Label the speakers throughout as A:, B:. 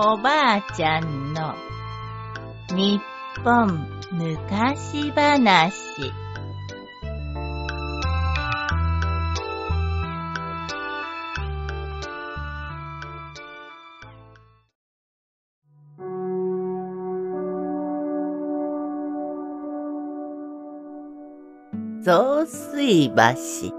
A: おばあちゃんの日本昔話。雑水橋。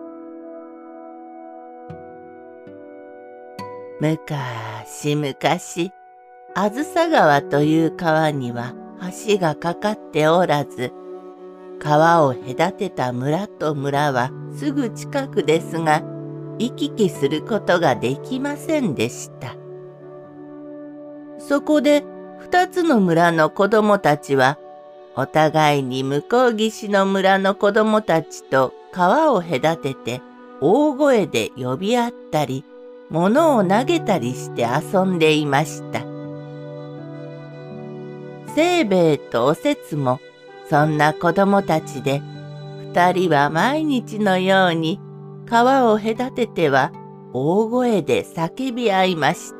A: むかしむかし、あずさ川という川には橋がかかっておらず、川を隔てた村と村はすぐ近くですが、行き来することができませんでした。そこで二つの村の子供たちは、お互いに向こう岸の村の子供たちと川を隔てて大声で呼び合ったり、物を投げたりして遊んでいました。清兵衛とおせつもそんな子供たちで、二人は毎日のように川を隔てては大声で叫び合いました。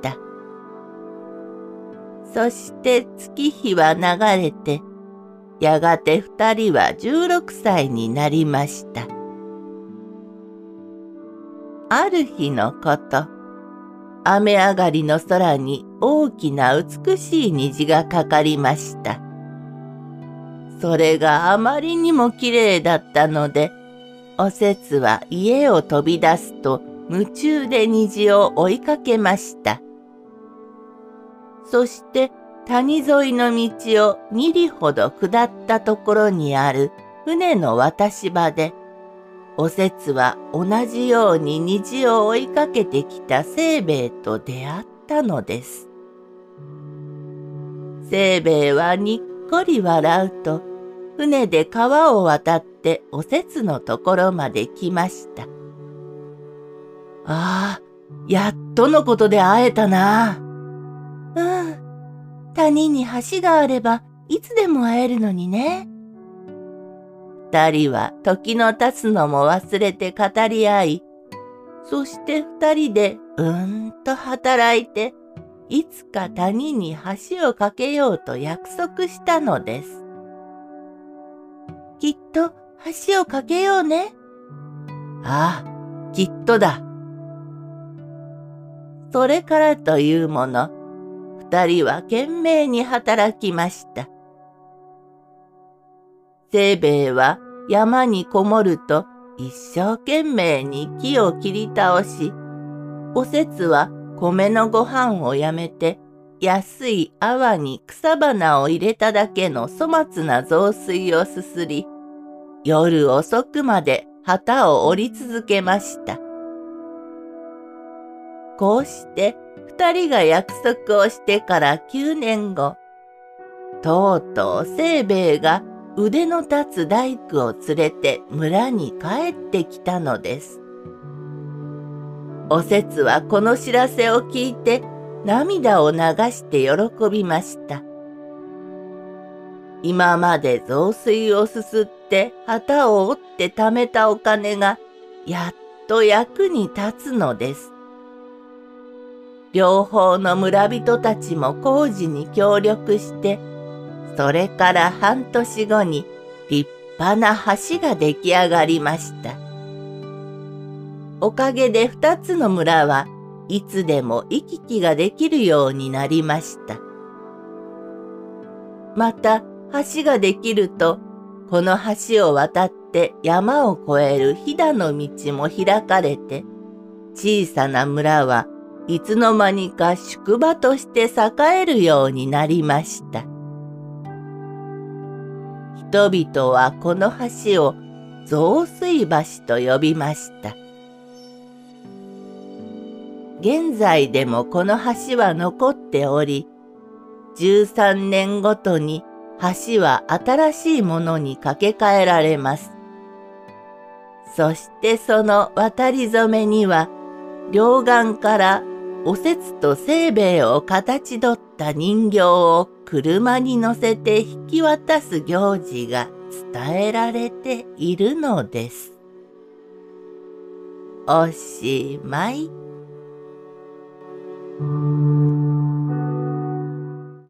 A: そして月日は流れて、やがて二人は16歳になりました。ある日のこと、雨上がりの空に大きな美しい虹がかかりました。それがあまりにもきれいだったので、おせつは家を飛び出すと夢中で虹を追いかけました。そして谷沿いの道を2里ほど下ったところにある船の渡し場で、おせつは同じように虹を追いかけてきた清兵衛と出会ったのです。清兵衛はにっこり笑うと、船で川を渡っておせつのところまで来ました。ああ、やっとのことで会えたな。谷に橋があればいつでも会えるのにね。二人は時の経つのも忘れて語り合い、そして二人でと働いて、いつか谷に橋を架けようと約束したのです。きっと橋を架けようね。ああ、きっとだ。それからというもの、二人は懸命に働きました。清兵衛は山にこもると一生懸命に木を切り倒し、おせつは米のご飯をやめて安い泡に草花を入れただけの粗末な雑炊をすすり、夜遅くまで旗を折り続けました。こうして二人が約束をしてから9年後、とうとう清兵衛が腕の立つ大工を連れて村に帰ってきたのです。おせつはこの知らせを聞いて涙を流して喜びました。今まで雑炊をすすって旗を折って貯めたお金がやっと役に立つのです。両方の村人たちも工事に協力して、それから半年後に立派な橋が出来上がりました。おかげで二つの村はいつでも行き来ができるようになりました。また橋ができると、この橋を渡って山を越える飛騨の道も開かれて、小さな村はいつの間にか宿場として栄えるようになりました。人々はこの橋を雑水橋と呼びました。現在でもこの橋は残っており、13年ごとに橋は新しいものに架け替えられます。そしてその渡り初めには、両岸からおせつと清兵衛を形取った人形を車に乗せて引き渡す行事が伝えられているのです。おしまい。